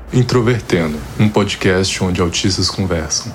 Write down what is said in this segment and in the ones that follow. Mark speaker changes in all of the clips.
Speaker 1: Introvertendo, um podcast onde autistas conversam.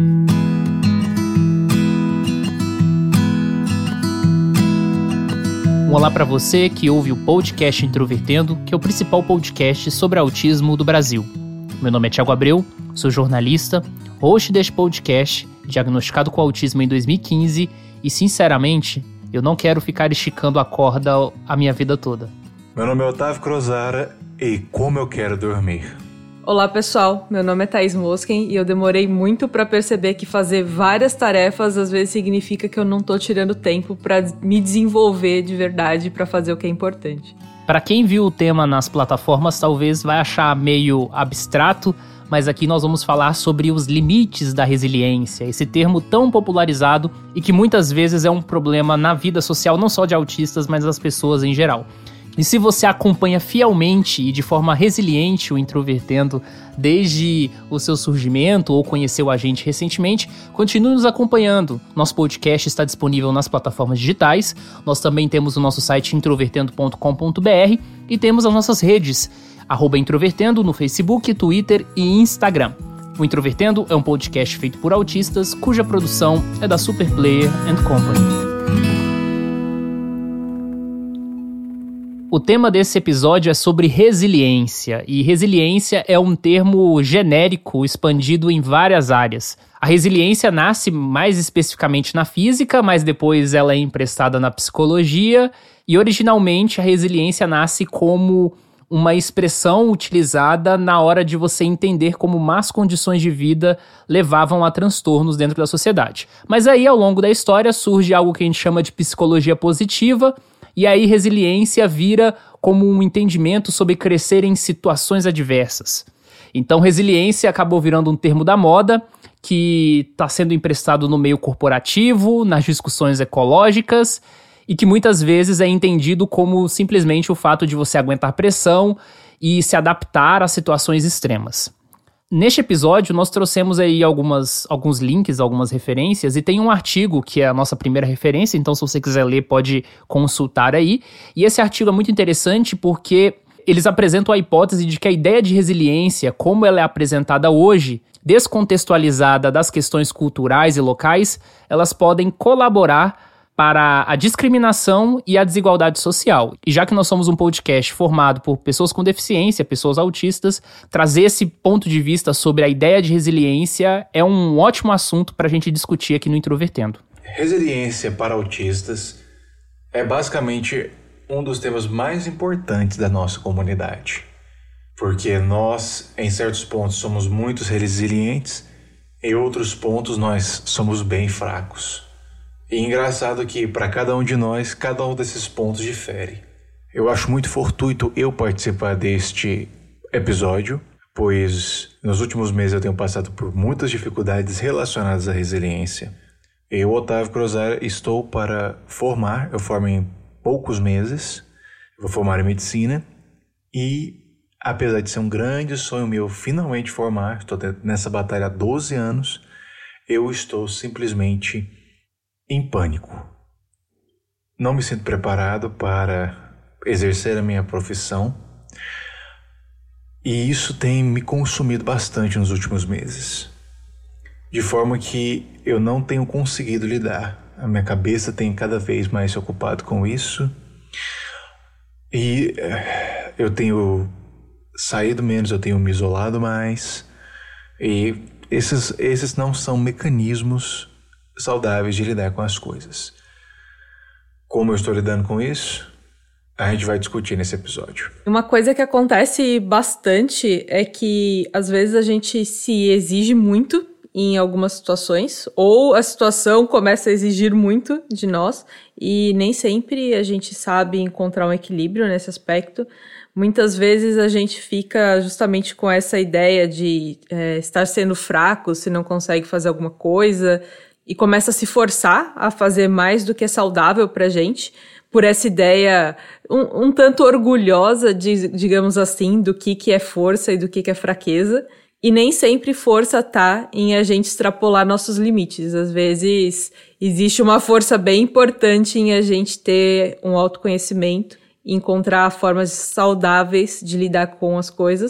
Speaker 2: Um olá para você que ouve o podcast Introvertendo, que é o principal podcast sobre autismo do Brasil. Meu nome é Thiago Abreu, sou jornalista, host deste podcast, diagnosticado com autismo em 2015 e, sinceramente, eu não quero ficar esticando a corda a minha vida toda.
Speaker 3: Meu nome é Otávio Crozara e como eu quero dormir.
Speaker 4: Olá pessoal, meu nome é Thaís Mosken e eu demorei muito para perceber que fazer várias tarefas às vezes significa que eu não tô tirando tempo para me desenvolver de verdade para fazer o que é importante.
Speaker 2: Para quem viu o tema nas plataformas, talvez vai achar meio abstrato, mas aqui nós vamos falar sobre os limites da resiliência, esse termo tão popularizado e que muitas vezes é um problema na vida social, não só de autistas, mas das pessoas em geral. E se você acompanha fielmente e de forma resiliente o Introvertendo desde o seu surgimento ou conheceu a gente recentemente, continue nos acompanhando. Nosso podcast está disponível nas plataformas digitais, nós também temos o nosso site introvertendo.com.br e temos as nossas redes, @Introvertendo no Facebook, Twitter e Instagram. O Introvertendo é um podcast feito por autistas, cuja produção é da Superplayer & Company. O tema desse episódio é sobre resiliência, e resiliência é um termo genérico expandido em várias áreas. A resiliência nasce mais especificamente na física, mas depois ela é emprestada na psicologia, e originalmente a resiliência nasce como uma expressão utilizada na hora de você entender como más condições de vida levavam a transtornos dentro da sociedade. Mas aí, ao longo da história, surge algo que a gente chama de psicologia positiva, e aí resiliência vira como um entendimento sobre crescer em situações adversas. Então resiliência acabou virando um termo da moda que está sendo emprestado no meio corporativo, nas discussões ecológicas e que muitas vezes é entendido como simplesmente o fato de você aguentar pressão e se adaptar a situações extremas. Neste episódio, nós trouxemos aí alguns links, algumas referências, e tem um artigo que é a nossa primeira referência, então se você quiser ler, pode consultar aí. E esse artigo é muito interessante porque eles apresentam a hipótese de que a ideia de resiliência, como ela é apresentada hoje, descontextualizada das questões culturais e locais, elas podem colaborar para a discriminação e a desigualdade social. E já que nós somos um podcast formado por pessoas com deficiência, pessoas autistas, trazer esse ponto de vista sobre a ideia de resiliência é um ótimo assunto para a gente discutir aqui no Introvertendo.
Speaker 3: Resiliência para autistas é basicamente um dos temas mais importantes da nossa comunidade. Porque nós, em certos pontos, somos muito resilientes, em outros pontos nós somos bem fracos. E engraçado que, para cada um de nós, cada um desses pontos difere. Eu acho muito fortuito eu participar deste episódio, pois nos últimos meses eu tenho passado por muitas dificuldades relacionadas à resiliência. Eu, Otávio Crozara, estou para formar, eu formo em poucos meses, vou formar em medicina, e apesar de ser um grande sonho meu finalmente formar, estou nessa batalha há 12 anos, eu estou simplesmente em pânico. Não me sinto preparado para exercer a minha profissão e isso tem me consumido bastante nos últimos meses. De forma que eu não tenho conseguido lidar. A minha cabeça tem cada vez mais se ocupado com isso e eu tenho saído menos, eu tenho me isolado mais e esses não são mecanismos saudáveis de lidar com as coisas. Como eu estou lidando com isso, a gente vai discutir nesse episódio.
Speaker 4: Uma coisa que acontece bastante é que às vezes a gente se exige muito em algumas situações, ou a situação começa a exigir muito de nós, e nem sempre a gente sabe encontrar um equilíbrio nesse aspecto. Muitas vezes a gente fica justamente com essa ideia de estar sendo fraco se não consegue fazer alguma coisa, e começa a se forçar a fazer mais do que é saudável pra gente, por essa ideia um tanto orgulhosa, digamos assim, do que é força e do que é fraqueza. E nem sempre força tá em a gente extrapolar nossos limites. Às vezes existe uma força bem importante em a gente ter um autoconhecimento e encontrar formas saudáveis de lidar com as coisas.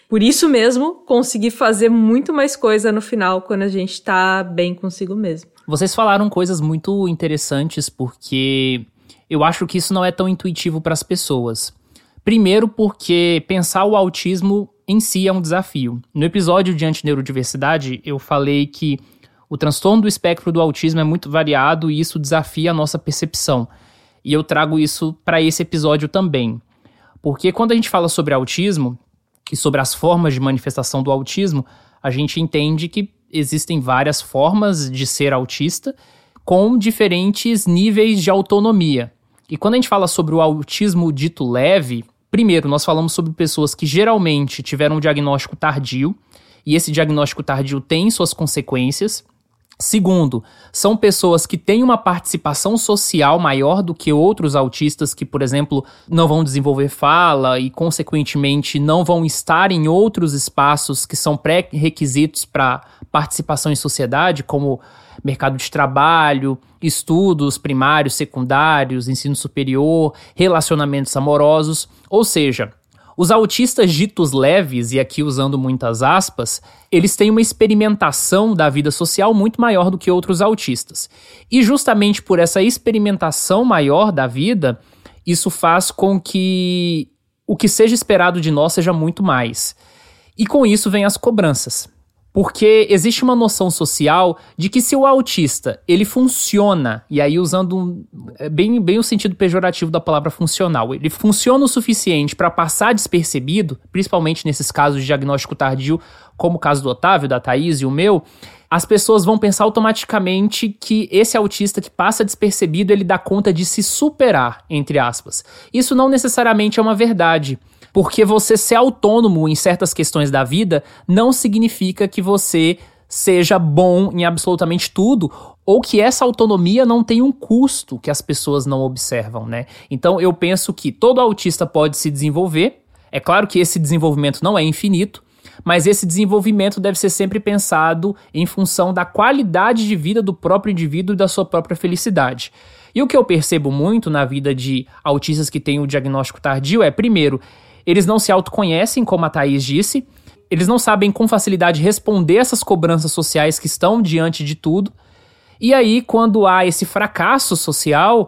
Speaker 4: por isso mesmo, conseguir fazer muito mais coisa no final quando a gente tá bem consigo mesmo.
Speaker 2: Vocês falaram coisas muito interessantes porque eu acho que isso não é tão intuitivo para as pessoas. Primeiro porque pensar o autismo em si é um desafio. No episódio de antineurodiversidade, eu falei que o transtorno do espectro do autismo é muito variado e isso desafia a nossa percepção. E eu trago isso para esse episódio também. Porque quando a gente fala sobre autismo e sobre as formas de manifestação do autismo, a gente entende que existem várias formas de ser autista com diferentes níveis de autonomia. E quando a gente fala sobre o autismo dito leve, primeiro, nós falamos sobre pessoas que geralmente tiveram um diagnóstico tardio, e esse diagnóstico tardio tem suas consequências. Segundo, são pessoas que têm uma participação social maior do que outros autistas que, por exemplo, não vão desenvolver fala e, consequentemente, não vão estar em outros espaços que são pré-requisitos para participação em sociedade, como mercado de trabalho, estudos primários, secundários, ensino superior, relacionamentos amorosos. Ou seja, os autistas ditos leves, e aqui usando muitas aspas, eles têm uma experimentação da vida social muito maior do que outros autistas. E justamente por essa experimentação maior da vida, isso faz com que o que seja esperado de nós seja muito mais. E com isso vem as cobranças. Porque existe uma noção social de que se o autista, ele funciona, e aí usando bem o sentido pejorativo da palavra funcional, ele funciona o suficiente para passar despercebido, principalmente nesses casos de diagnóstico tardio, como o caso do Otávio, da Thaís e o meu, as pessoas vão pensar automaticamente que esse autista que passa despercebido, ele dá conta de se superar, entre aspas. Isso não necessariamente é uma verdade. Porque você ser autônomo em certas questões da vida não significa que você seja bom em absolutamente tudo ou que essa autonomia não tem um custo que as pessoas não observam, né? Então eu penso que todo autista pode se desenvolver. É claro que esse desenvolvimento não é infinito, mas esse desenvolvimento deve ser sempre pensado em função da qualidade de vida do próprio indivíduo e da sua própria felicidade. E o que eu percebo muito na vida de autistas que têm o diagnóstico tardio é, primeiro, eles não se autoconhecem, como a Thaís disse. Eles não sabem com facilidade responder essas cobranças sociais que estão diante de tudo. E aí, quando há esse fracasso social,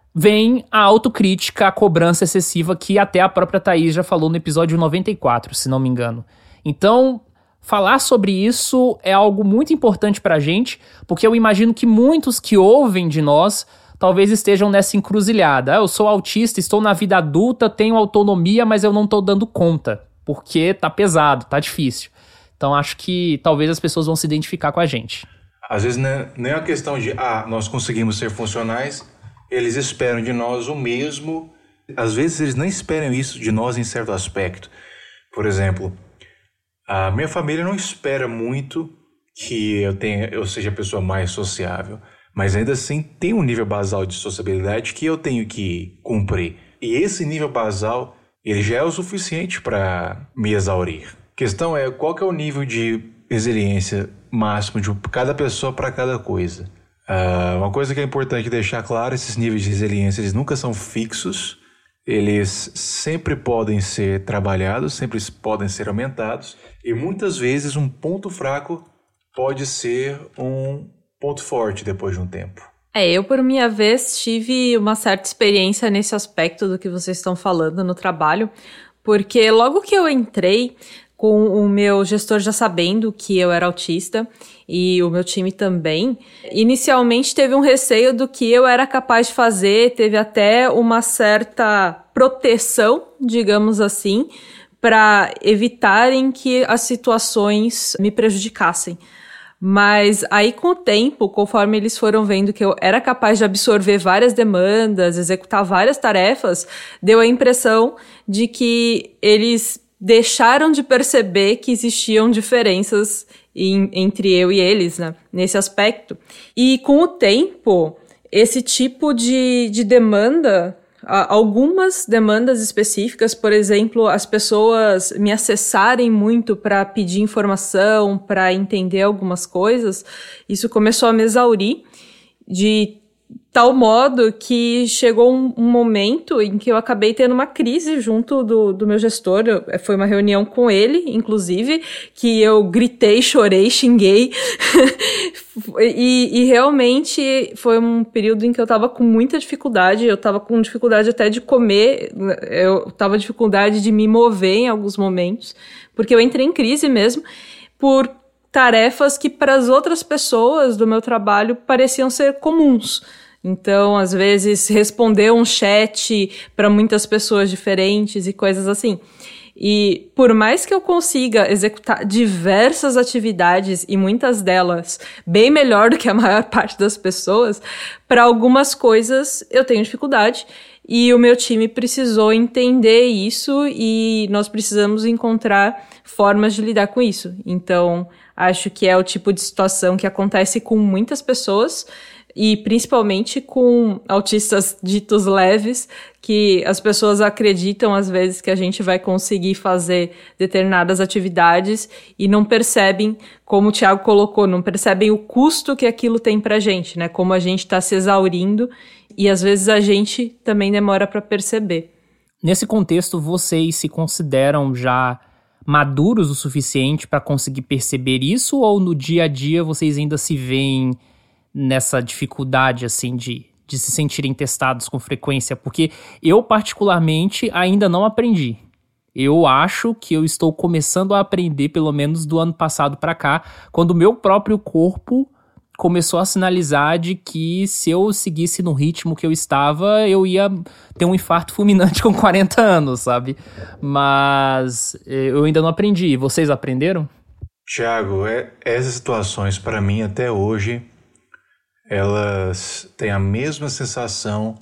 Speaker 2: vem a autocrítica, a cobrança excessiva, que até a própria Thaís já falou no episódio 94, se não me engano. Então, falar sobre isso é algo muito importante pra gente, porque eu imagino que muitos que ouvem de nós talvez estejam nessa encruzilhada. Eu sou autista, estou na vida adulta, tenho autonomia, mas eu não estou dando conta, porque tá pesado, tá difícil. Então acho que talvez as pessoas vão se identificar com a gente.
Speaker 3: Às vezes nem é uma questão de, nós conseguimos ser funcionais, eles esperam de nós o mesmo. Às vezes eles nem esperam isso de nós em certo aspecto. Por exemplo, a minha família não espera muito que eu seja a pessoa mais sociável. Mas ainda assim tem um nível basal de sociabilidade que eu tenho que cumprir. E esse nível basal, ele já é o suficiente para me exaurir. A questão é qual que é o nível de resiliência máximo de cada pessoa para cada coisa. Uma coisa que é importante deixar claro, esses níveis de resiliência, eles nunca são fixos. Eles sempre podem ser trabalhados, sempre podem ser aumentados. E muitas vezes um ponto fraco pode ser um ponto forte depois de um tempo.
Speaker 4: Eu, por minha vez, tive uma certa experiência nesse aspecto do que vocês estão falando no trabalho, porque logo que eu entrei, com o meu gestor já sabendo que eu era autista, e o meu time também, inicialmente teve um receio do que eu era capaz de fazer, teve até uma certa proteção, digamos assim, para evitarem que as situações me prejudicassem. Mas aí com o tempo, conforme eles foram vendo que eu era capaz de absorver várias demandas, executar várias tarefas, deu a impressão de que eles deixaram de perceber que existiam diferenças entre eu e eles, né, nesse aspecto. E com o tempo, esse tipo de demanda, algumas demandas específicas, por exemplo, as pessoas me acessarem muito para pedir informação, para entender algumas coisas, isso começou a me exaurir de tal modo que chegou um momento em que eu acabei tendo uma crise junto do meu gestor. Foi uma reunião com ele, inclusive, que eu gritei, chorei, xinguei. e realmente foi um período em que eu tava com muita dificuldade. Eu tava com dificuldade até de comer. Eu tava com dificuldade de me mover em alguns momentos. Porque eu entrei em crise mesmo por tarefas que para as outras pessoas do meu trabalho pareciam ser comuns. Então, às vezes, responder um chat para muitas pessoas diferentes e coisas assim. E por mais que eu consiga executar diversas atividades, e muitas delas bem melhor do que a maior parte das pessoas, para algumas coisas eu tenho dificuldade. E o meu time precisou entender isso e nós precisamos encontrar formas de lidar com isso. Então, acho que é o tipo de situação que acontece com muitas pessoas, e principalmente com autistas ditos leves, que as pessoas acreditam às vezes que a gente vai conseguir fazer determinadas atividades e não percebem, como o Thiago colocou, não percebem o custo que aquilo tem pra gente, né? Como a gente tá se exaurindo e às vezes a gente também demora pra perceber.
Speaker 2: Nesse contexto, vocês se consideram já maduros o suficiente para conseguir perceber isso, ou no dia a dia vocês ainda se veem nessa dificuldade, assim, de se sentirem testados com frequência? Porque eu, particularmente, ainda não aprendi. Eu acho que eu estou começando a aprender, pelo menos do ano passado para cá, quando o meu próprio corpo começou a sinalizar de que se eu seguisse no ritmo que eu estava, eu ia ter um infarto fulminante com 40 anos, sabe? Mas eu ainda não aprendi. Vocês aprenderam?
Speaker 3: Thiago, essas situações, para mim, até hoje, elas têm a mesma sensação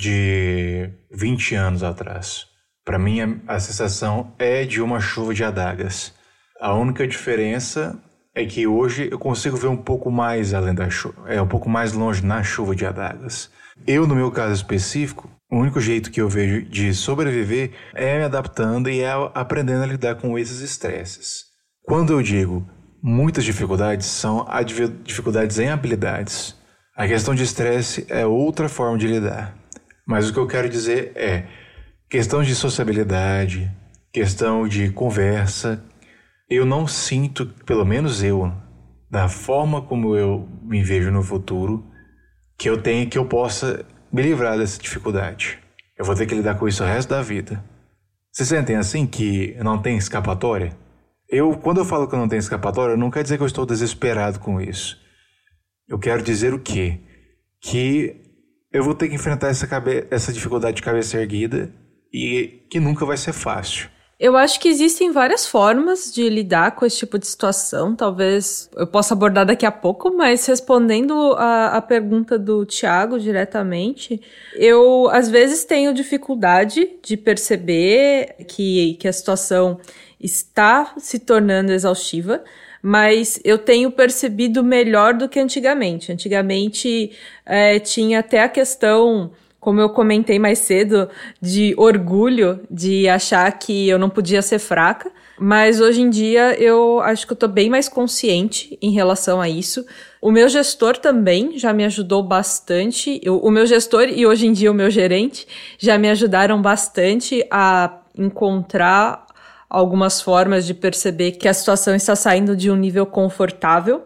Speaker 3: de 20 anos atrás. Para mim, a sensação é de uma chuva de adagas. A única diferença é que hoje eu consigo ver um pouco mais além da chuva, um pouco mais longe na chuva de adagas. Eu, no meu caso específico, o único jeito que eu vejo de sobreviver é me adaptando e é aprendendo a lidar com esses estresses. Quando eu digo muitas dificuldades, são dificuldades em habilidades. A questão de estresse é outra forma de lidar. Mas o que eu quero dizer é questão de sociabilidade, questão de conversa. Eu não sinto, pelo menos eu, da forma como eu me vejo no futuro, que eu possa me livrar dessa dificuldade. Eu vou ter que lidar com isso o resto da vida. Vocês sentem assim que não tem escapatória? Quando eu falo que eu não tenho escapatória, não quer dizer que eu estou desesperado com isso. Eu quero dizer o quê? Que eu vou ter que enfrentar essa dificuldade de cabeça erguida e que nunca vai ser fácil.
Speaker 4: Eu acho que existem várias formas de lidar com esse tipo de situação. Talvez eu possa abordar daqui a pouco, mas respondendo a pergunta do Thiago diretamente, eu às vezes tenho dificuldade de perceber que a situação está se tornando exaustiva, mas eu tenho percebido melhor do que antigamente. Antigamente tinha até a questão, como eu comentei mais cedo, de orgulho, de achar que eu não podia ser fraca, mas hoje em dia eu acho que eu tô bem mais consciente em relação a isso. O meu gestor também já me ajudou bastante, o meu gestor e hoje em dia o meu gerente já me ajudaram bastante a encontrar algumas formas de perceber que a situação está saindo de um nível confortável.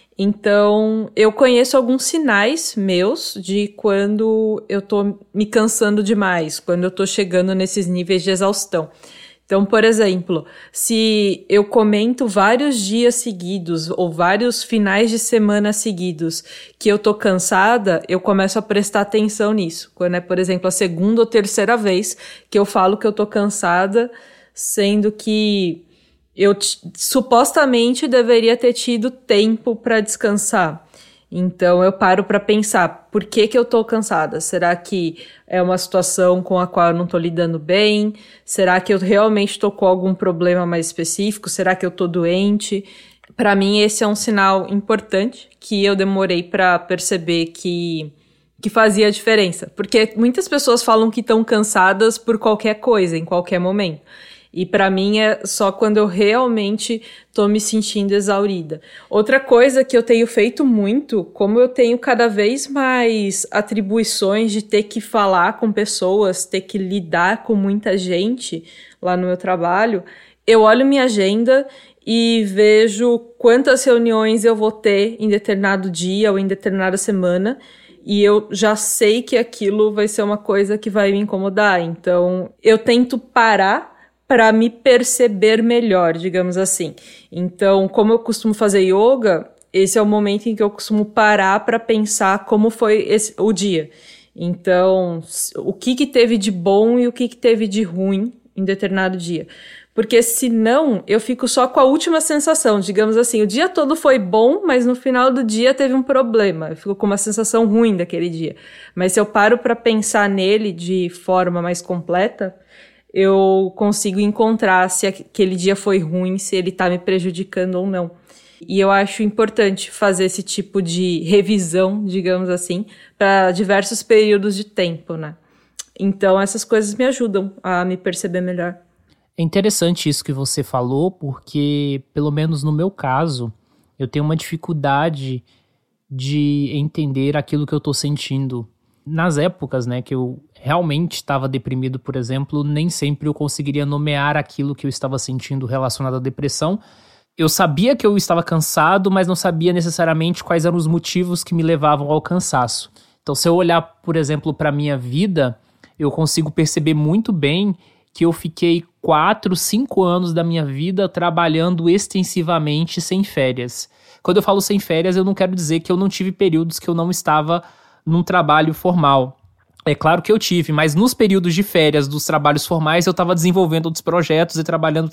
Speaker 4: Então, eu conheço alguns sinais meus de quando eu tô me cansando demais, quando eu tô chegando nesses níveis de exaustão. Então, por exemplo, se eu comento vários dias seguidos ou vários finais de semana seguidos que eu tô cansada, eu começo a prestar atenção nisso. Quando é, por exemplo, a segunda ou terceira vez que eu falo que eu tô cansada, sendo que eu supostamente deveria ter tido tempo para descansar. Então eu paro para pensar, por que eu tô cansada? Será que é uma situação com a qual eu não tô lidando bem? Será que eu realmente tô com algum problema mais específico? Será que eu tô doente? Para mim esse é um sinal importante que eu demorei para perceber que fazia diferença. Porque muitas pessoas falam que estão cansadas por qualquer coisa, em qualquer momento. E pra mim é só quando eu realmente tô me sentindo exaurida. Outra coisa que eu tenho feito muito, como eu tenho cada vez mais atribuições de ter que falar com pessoas, ter que lidar com muita gente lá no meu trabalho, eu olho minha agenda e vejo quantas reuniões eu vou ter em determinado dia ou em determinada semana, e eu já sei que aquilo vai ser uma coisa que vai me incomodar. Então, eu tento parar para me perceber melhor, digamos assim. Então, como eu costumo fazer yoga, esse é o momento em que eu costumo parar para pensar como foi o dia. Então, o que teve de bom e o que teve de ruim em determinado dia. Porque senão eu fico só com a última sensação, digamos assim, o dia todo foi bom, mas no final do dia teve um problema, eu fico com uma sensação ruim daquele dia. Mas se eu paro para pensar nele de forma mais completa, eu consigo encontrar se aquele dia foi ruim, se ele tá me prejudicando ou não. E eu acho importante fazer esse tipo de revisão, digamos assim, para diversos períodos de tempo, né? Então essas coisas me ajudam a me perceber melhor.
Speaker 2: É interessante isso que você falou, porque, pelo menos no meu caso, eu tenho uma dificuldade de entender aquilo que eu tô sentindo. Nas épocas, né, que eu realmente estava deprimido, por exemplo, nem sempre eu conseguiria nomear aquilo que eu estava sentindo relacionado à depressão. Eu sabia que eu estava cansado, mas não sabia necessariamente quais eram os motivos que me levavam ao cansaço. Então, se eu olhar, por exemplo, para a minha vida, eu consigo perceber muito bem que eu fiquei 4, 5 anos da minha vida trabalhando extensivamente sem férias. Quando eu falo sem férias, eu não quero dizer que eu não tive períodos que eu não estava num trabalho formal. É claro que eu tive, mas nos períodos de férias dos trabalhos formais eu estava desenvolvendo outros projetos e trabalhando,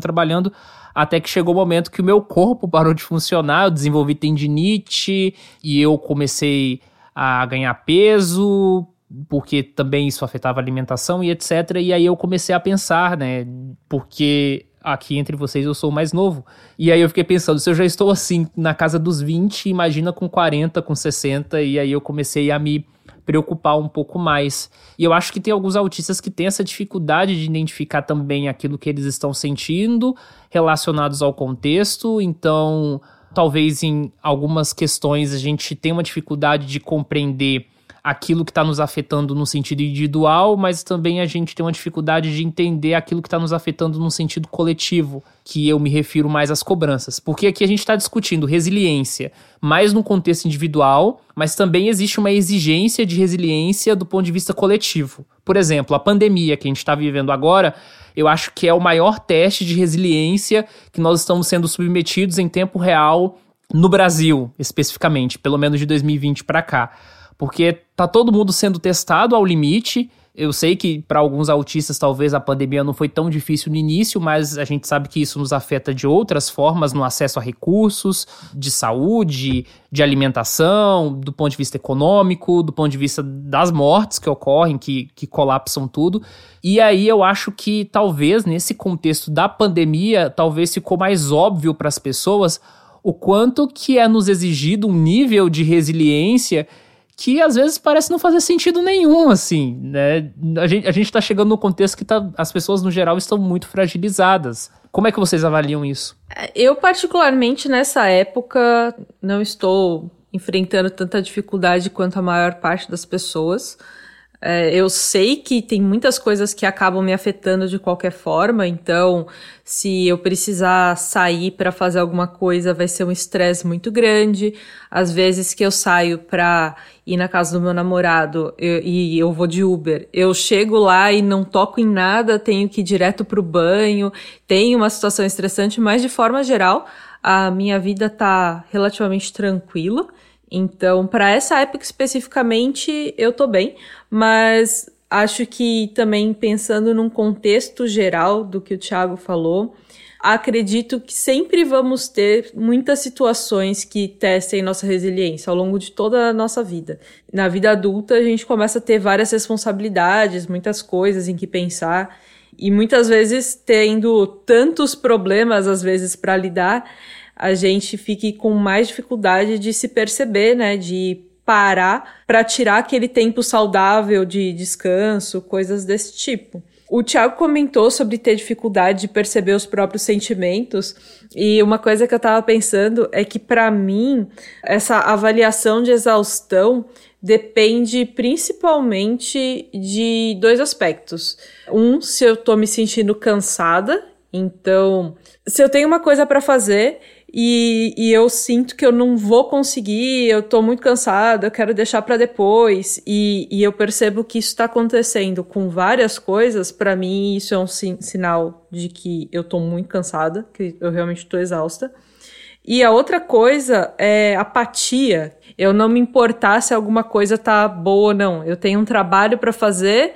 Speaker 2: até que chegou o momento que o meu corpo parou de funcionar, eu desenvolvi tendinite e eu comecei a ganhar peso, porque também isso afetava a alimentação e etc. E aí eu comecei a pensar, né, porque aqui entre vocês eu sou o mais novo. E aí eu fiquei pensando, se eu já estou assim na casa dos 20, imagina com 40, com 60, e aí eu comecei a me preocupar um pouco mais. E eu acho que tem alguns autistas que têm essa dificuldade de identificar também aquilo que eles estão sentindo relacionados ao contexto, então talvez em algumas questões a gente tenha uma dificuldade de compreender aquilo que está nos afetando no sentido individual, mas também a gente tem uma dificuldade de entender aquilo que está nos afetando no sentido coletivo, que eu me refiro mais às cobranças. Porque aqui a gente está discutindo resiliência mais no contexto individual, mas também existe uma exigência de resiliência do ponto de vista coletivo. Por exemplo, a pandemia que a gente está vivendo agora, eu acho que é o maior teste de resiliência que nós estamos sendo submetidos em tempo real no Brasil, especificamente, pelo menos de 2020 para cá. Porque tá todo mundo sendo testado ao limite. Eu sei que para alguns autistas talvez a pandemia não foi tão difícil no início, mas a gente sabe que isso nos afeta de outras formas no acesso a recursos, de saúde, de alimentação, do ponto de vista econômico, do ponto de vista das mortes que ocorrem, que colapsam tudo. E aí eu acho que talvez nesse contexto da pandemia, talvez ficou mais óbvio para as pessoas o quanto que é nos exigido um nível de resiliência que às vezes parece não fazer sentido nenhum, assim, né? A gente tá chegando num contexto que as pessoas, no geral, estão muito fragilizadas. Como é que vocês avaliam isso?
Speaker 4: Eu, particularmente, nessa época, não estou enfrentando tanta dificuldade quanto a maior parte das pessoas. Eu sei que tem muitas coisas que acabam me afetando de qualquer forma, então se eu precisar sair para fazer alguma coisa vai ser um estresse muito grande. Às vezes que eu saio para ir na casa do meu namorado e eu vou de Uber, eu chego lá e não toco em nada, tenho que ir direto pro banho, tem uma situação estressante, mas de forma geral a minha vida tá relativamente tranquila. Então, para essa época especificamente, eu tô bem, mas acho que também pensando num contexto geral do que o Thiago falou, acredito que sempre vamos ter muitas situações que testem nossa resiliência ao longo de toda a nossa vida. Na vida adulta, a gente começa a ter várias responsabilidades, muitas coisas em que pensar, e muitas vezes tendo tantos problemas, às vezes, para lidar, a gente fique com mais dificuldade de se perceber, né, de parar para tirar aquele tempo saudável de descanso, coisas desse tipo. O Thiago comentou sobre ter dificuldade de perceber os próprios sentimentos, e uma coisa que eu tava pensando é que, pra mim, essa avaliação de exaustão depende principalmente de 2 aspectos. Se eu tô me sentindo cansada, então, se eu tenho uma coisa pra fazer e eu sinto que eu não vou conseguir, eu tô muito cansada, eu quero deixar pra depois, e eu percebo que isso tá acontecendo com várias coisas, pra mim isso é um sinal de que eu tô muito cansada, que eu realmente tô exausta. E a outra coisa é apatia. Eu não me importar se alguma coisa tá boa ou não. Eu tenho um trabalho pra fazer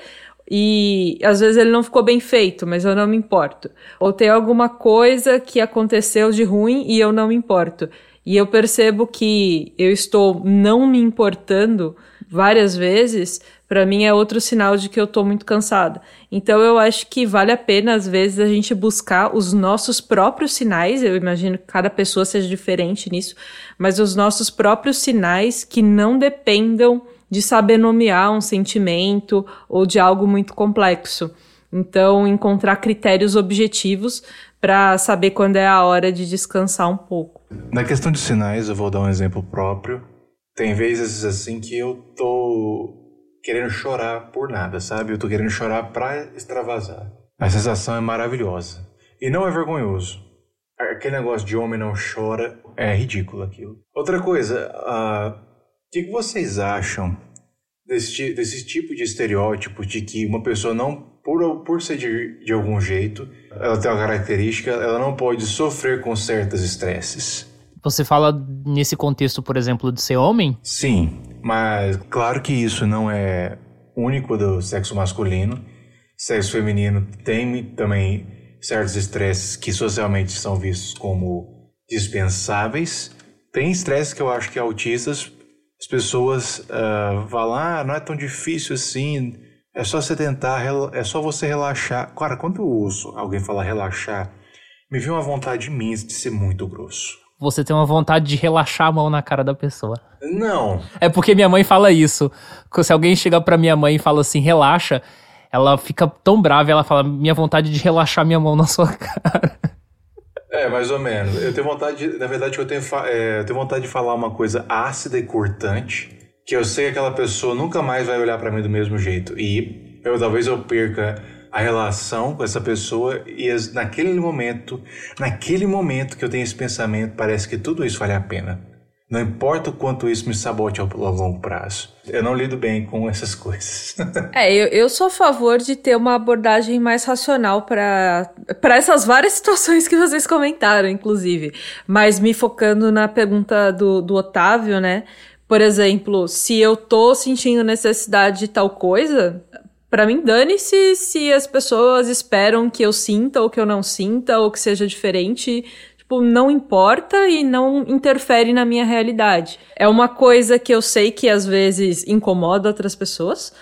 Speaker 4: e às vezes ele não ficou bem feito, mas eu não me importo. Ou tem alguma coisa que aconteceu de ruim e eu não me importo. E eu percebo que eu estou não me importando várias vezes, pra mim é outro sinal de que eu tô muito cansada. Então eu acho que vale a pena, às vezes, a gente buscar os nossos próprios sinais. Eu imagino que cada pessoa seja diferente nisso, mas os nossos próprios sinais que não dependam de saber nomear um sentimento ou de algo muito complexo. Então, encontrar critérios objetivos para saber quando é a hora de descansar um pouco.
Speaker 3: Na questão de sinais, eu vou dar um exemplo próprio. Tem vezes assim que eu tô querendo chorar por nada, sabe? Eu tô querendo chorar pra extravasar. A sensação é maravilhosa. E não é vergonhoso. Aquele negócio de homem não chora é ridículo aquilo. Outra coisa, o que vocês acham desse tipo de estereótipo de que uma pessoa não, por ser de algum jeito, ela tem uma característica, ela não pode sofrer com certos estresses?
Speaker 2: Você fala nesse contexto, por exemplo, de ser homem?
Speaker 3: Sim, mas claro que isso não é único do sexo masculino. Sexo feminino tem também certos estresses que socialmente são vistos como dispensáveis. Tem estresses que eu acho que autistas, as pessoas falam, não é tão difícil assim, é só você tentar, é só você relaxar. Cara, quando eu ouço alguém falar relaxar, me vem uma vontade imensa de ser muito grosso.
Speaker 2: Você tem uma vontade de relaxar a mão na cara da pessoa.
Speaker 3: Não.
Speaker 2: É porque minha mãe fala isso. Se alguém chegar pra minha mãe e fala assim, relaxa, ela fica tão brava, ela fala, minha vontade de relaxar minha mão na sua cara.
Speaker 3: É, mais ou menos. Eu tenho vontade, na verdade, eu tenho vontade de falar uma coisa ácida e cortante, que eu sei que aquela pessoa nunca mais vai olhar pra mim do mesmo jeito. E talvez eu perca a relação com essa pessoa e naquele momento que eu tenho esse pensamento, parece que tudo isso vale a pena. Não importa o quanto isso me sabote ao longo prazo. Eu não lido bem com essas coisas.
Speaker 4: Eu sou a favor de ter uma abordagem mais racional para essas várias situações que vocês comentaram, inclusive. Mas me focando na pergunta do Otávio, né? Por exemplo, se eu tô sentindo necessidade de tal coisa, pra mim, dane-se se as pessoas esperam que eu sinta ou que eu não sinta ou que seja diferente. Tipo, não importa e não interfere na minha realidade. É uma coisa que eu sei que às vezes incomoda outras pessoas,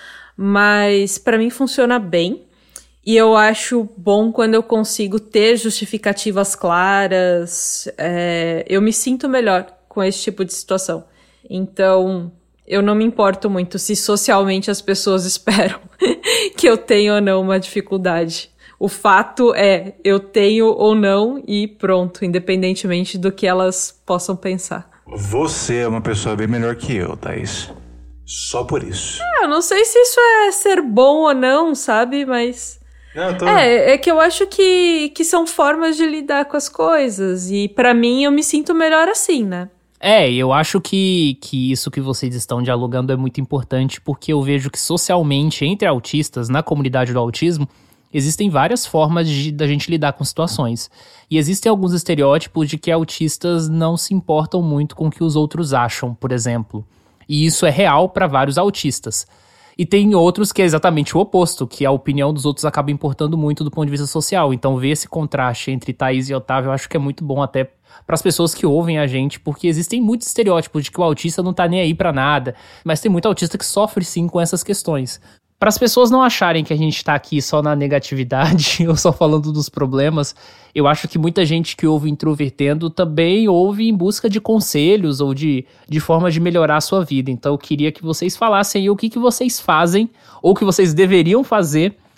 Speaker 4: mas pra mim funciona bem. E eu acho bom quando eu consigo ter justificativas claras. Eu me sinto melhor com esse tipo de situação. Então, eu não me importo muito se socialmente as pessoas esperam que eu tenha ou não uma dificuldade. O fato é, eu tenho ou não e pronto, independentemente do que elas possam pensar.
Speaker 3: Você é uma pessoa bem melhor que eu, Thaís. Só por isso.
Speaker 4: Eu não sei se isso é ser bom ou não, sabe? Mas...
Speaker 3: Não,
Speaker 4: É que eu acho que são formas de lidar com as coisas. E pra mim, eu me sinto melhor assim, né?
Speaker 2: Eu acho que isso que vocês estão dialogando é muito importante, porque eu vejo que socialmente, entre autistas, na comunidade do autismo, existem várias formas da gente lidar com situações. E existem alguns estereótipos de que autistas não se importam muito com o que os outros acham, por exemplo. E isso é real para vários autistas. E tem outros que é exatamente o oposto, que a opinião dos outros acaba importando muito do ponto de vista social. Então ver esse contraste entre Thaís e Otávio eu acho que é muito bom até para as pessoas que ouvem a gente, porque existem muitos estereótipos de que o autista não tá nem aí para nada, mas tem muito autista que sofre sim com essas questões. Para as pessoas não acharem que a gente tá aqui só na negatividade ou só falando dos problemas, eu acho que muita gente que ouve Introvertendo também ouve em busca de conselhos ou de formas de melhorar a sua vida. Então eu queria que vocês falassem aí o que vocês fazem ou que vocês deveriam fazer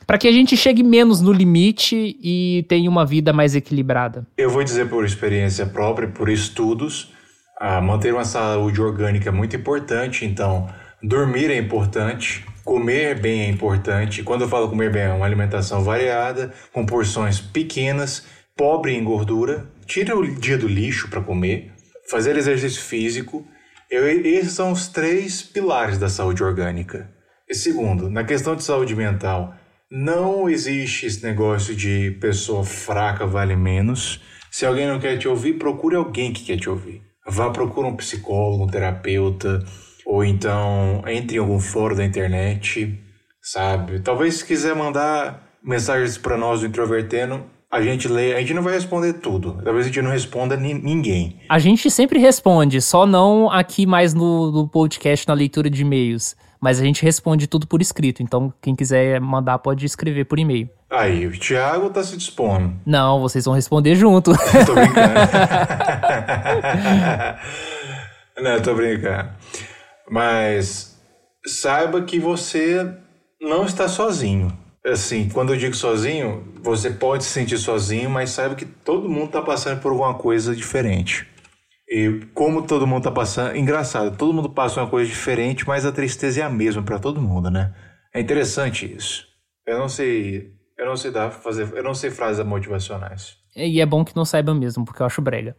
Speaker 2: para que a gente chegue menos no limite e tenha uma vida mais equilibrada?
Speaker 3: Eu vou dizer por experiência própria, por estudos, manter uma saúde orgânica é muito importante, então dormir é importante, comer bem é importante. Quando eu falo comer bem, é uma alimentação variada, com porções pequenas, pobre em gordura, tira o dia do lixo para comer, fazer exercício físico. Esses são os 3 pilares da saúde orgânica. E segundo, na questão de saúde mental, não existe esse negócio de pessoa fraca vale menos. Se alguém não quer te ouvir, procure alguém que quer te ouvir. Vá procurar um psicólogo, um terapeuta, ou então entre em algum fórum da internet, sabe? Talvez se quiser mandar mensagens para nós do Introvertendo, a gente lê, a gente não vai responder tudo. Talvez a gente não responda ninguém.
Speaker 2: A gente sempre responde, só não aqui mais no podcast, na leitura de e-mails. Mas a gente responde tudo por escrito, então quem quiser mandar pode escrever por e-mail.
Speaker 3: Aí, o Thiago tá se dispondo.
Speaker 2: Não, vocês vão responder junto.
Speaker 3: Tô brincando. Não, tô brincando. Mas saiba que você não está sozinho. Assim, quando eu digo sozinho, você pode se sentir sozinho, mas saiba que todo mundo tá passando por alguma coisa diferente. E como todo mundo tá passando... Engraçado, todo mundo passa uma coisa diferente, mas a tristeza é a mesma para todo mundo, né? É interessante isso. Eu não sei frases motivacionais.
Speaker 2: E é bom que não saiba mesmo, porque eu acho brega.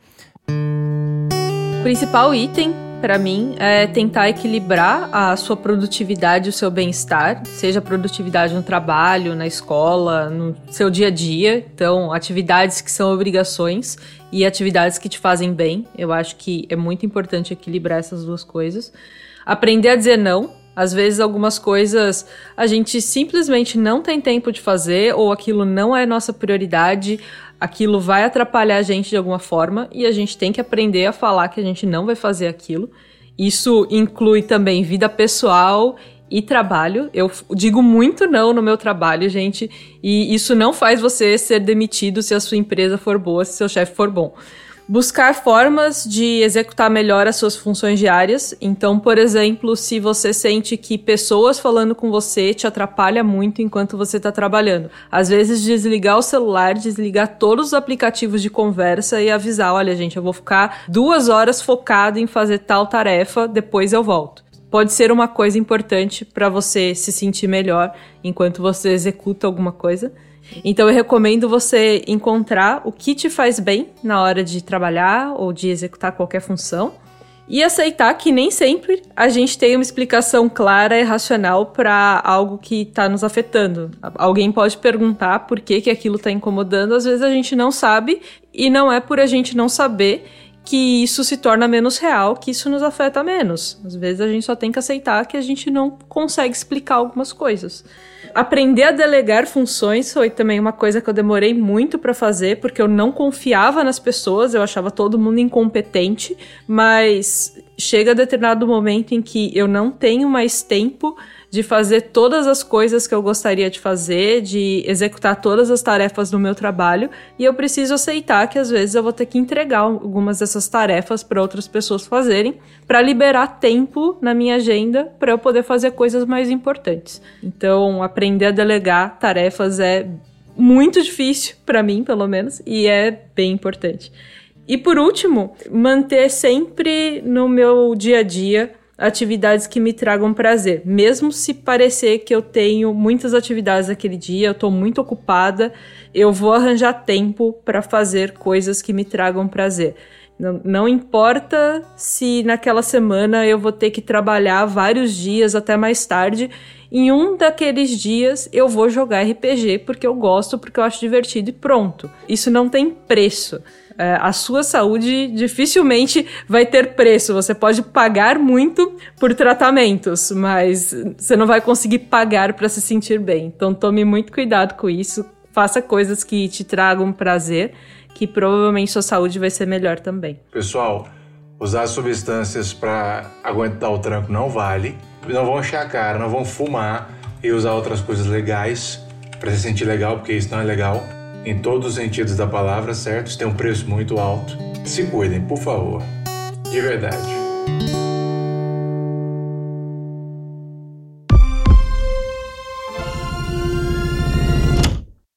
Speaker 4: O principal item, para mim, é tentar equilibrar a sua produtividade e o seu bem-estar, seja produtividade no trabalho, na escola, no seu dia a dia. Então, atividades que são obrigações e atividades que te fazem bem. Eu acho que é muito importante equilibrar essas duas coisas. Aprender a dizer não. Às vezes, algumas coisas a gente simplesmente não tem tempo de fazer ou aquilo não é nossa prioridade, aquilo vai atrapalhar a gente de alguma forma e a gente tem que aprender a falar que a gente não vai fazer aquilo. Isso inclui também vida pessoal e trabalho. Eu digo muito não no meu trabalho, gente, e isso não faz você ser demitido se a sua empresa for boa, se seu chefe for bom. Buscar formas de executar melhor as suas funções diárias. Então, por exemplo, se você sente que pessoas falando com você te atrapalha muito enquanto você está trabalhando. Às vezes, desligar o celular, desligar todos os aplicativos de conversa e avisar, olha, gente, eu vou ficar 2 horas focado em fazer tal tarefa, depois eu volto. Pode ser uma coisa importante para você se sentir melhor enquanto você executa alguma coisa. Então eu recomendo você encontrar o que te faz bem na hora de trabalhar ou de executar qualquer função e aceitar que nem sempre a gente tem uma explicação clara e racional para algo que está nos afetando. Alguém pode perguntar por que aquilo está incomodando, às vezes a gente não sabe e não é por a gente não saber que isso se torna menos real, que isso nos afeta menos. Às vezes a gente só tem que aceitar que a gente não consegue explicar algumas coisas. Aprender a delegar funções foi também uma coisa que eu demorei muito para fazer, porque eu não confiava nas pessoas, eu achava todo mundo incompetente, mas chega a determinado momento em que eu não tenho mais tempo de fazer todas as coisas que eu gostaria de fazer, de executar todas as tarefas do meu trabalho, e eu preciso aceitar que às vezes eu vou ter que entregar algumas dessas tarefas para outras pessoas fazerem, para liberar tempo na minha agenda para eu poder fazer coisas mais importantes. Então, aprender a delegar tarefas é muito difícil para mim, pelo menos, e é bem importante. E por último, manter sempre no meu dia a dia atividades que me tragam prazer. Mesmo se parecer que eu tenho muitas atividades naquele dia, eu estou muito ocupada, eu vou arranjar tempo para fazer coisas que me tragam prazer. Não importa se naquela semana eu vou ter que trabalhar vários dias até mais tarde, em um daqueles dias eu vou jogar RPG porque eu gosto, porque eu acho divertido e pronto. Isso não tem preço. A sua saúde dificilmente vai ter preço. Você pode pagar muito por tratamentos, mas você não vai conseguir pagar para se sentir bem. Então tome muito cuidado com isso. Faça coisas que te tragam prazer, que provavelmente sua saúde vai ser melhor também.
Speaker 3: Pessoal, usar substâncias para aguentar o tranco não vale. Não vão encher a cara, não vão fumar e usar outras coisas legais para se sentir legal, porque isso não é legal. Em todos os sentidos da palavra, certo? Isso tem um preço muito alto. Se cuidem, por favor. De verdade.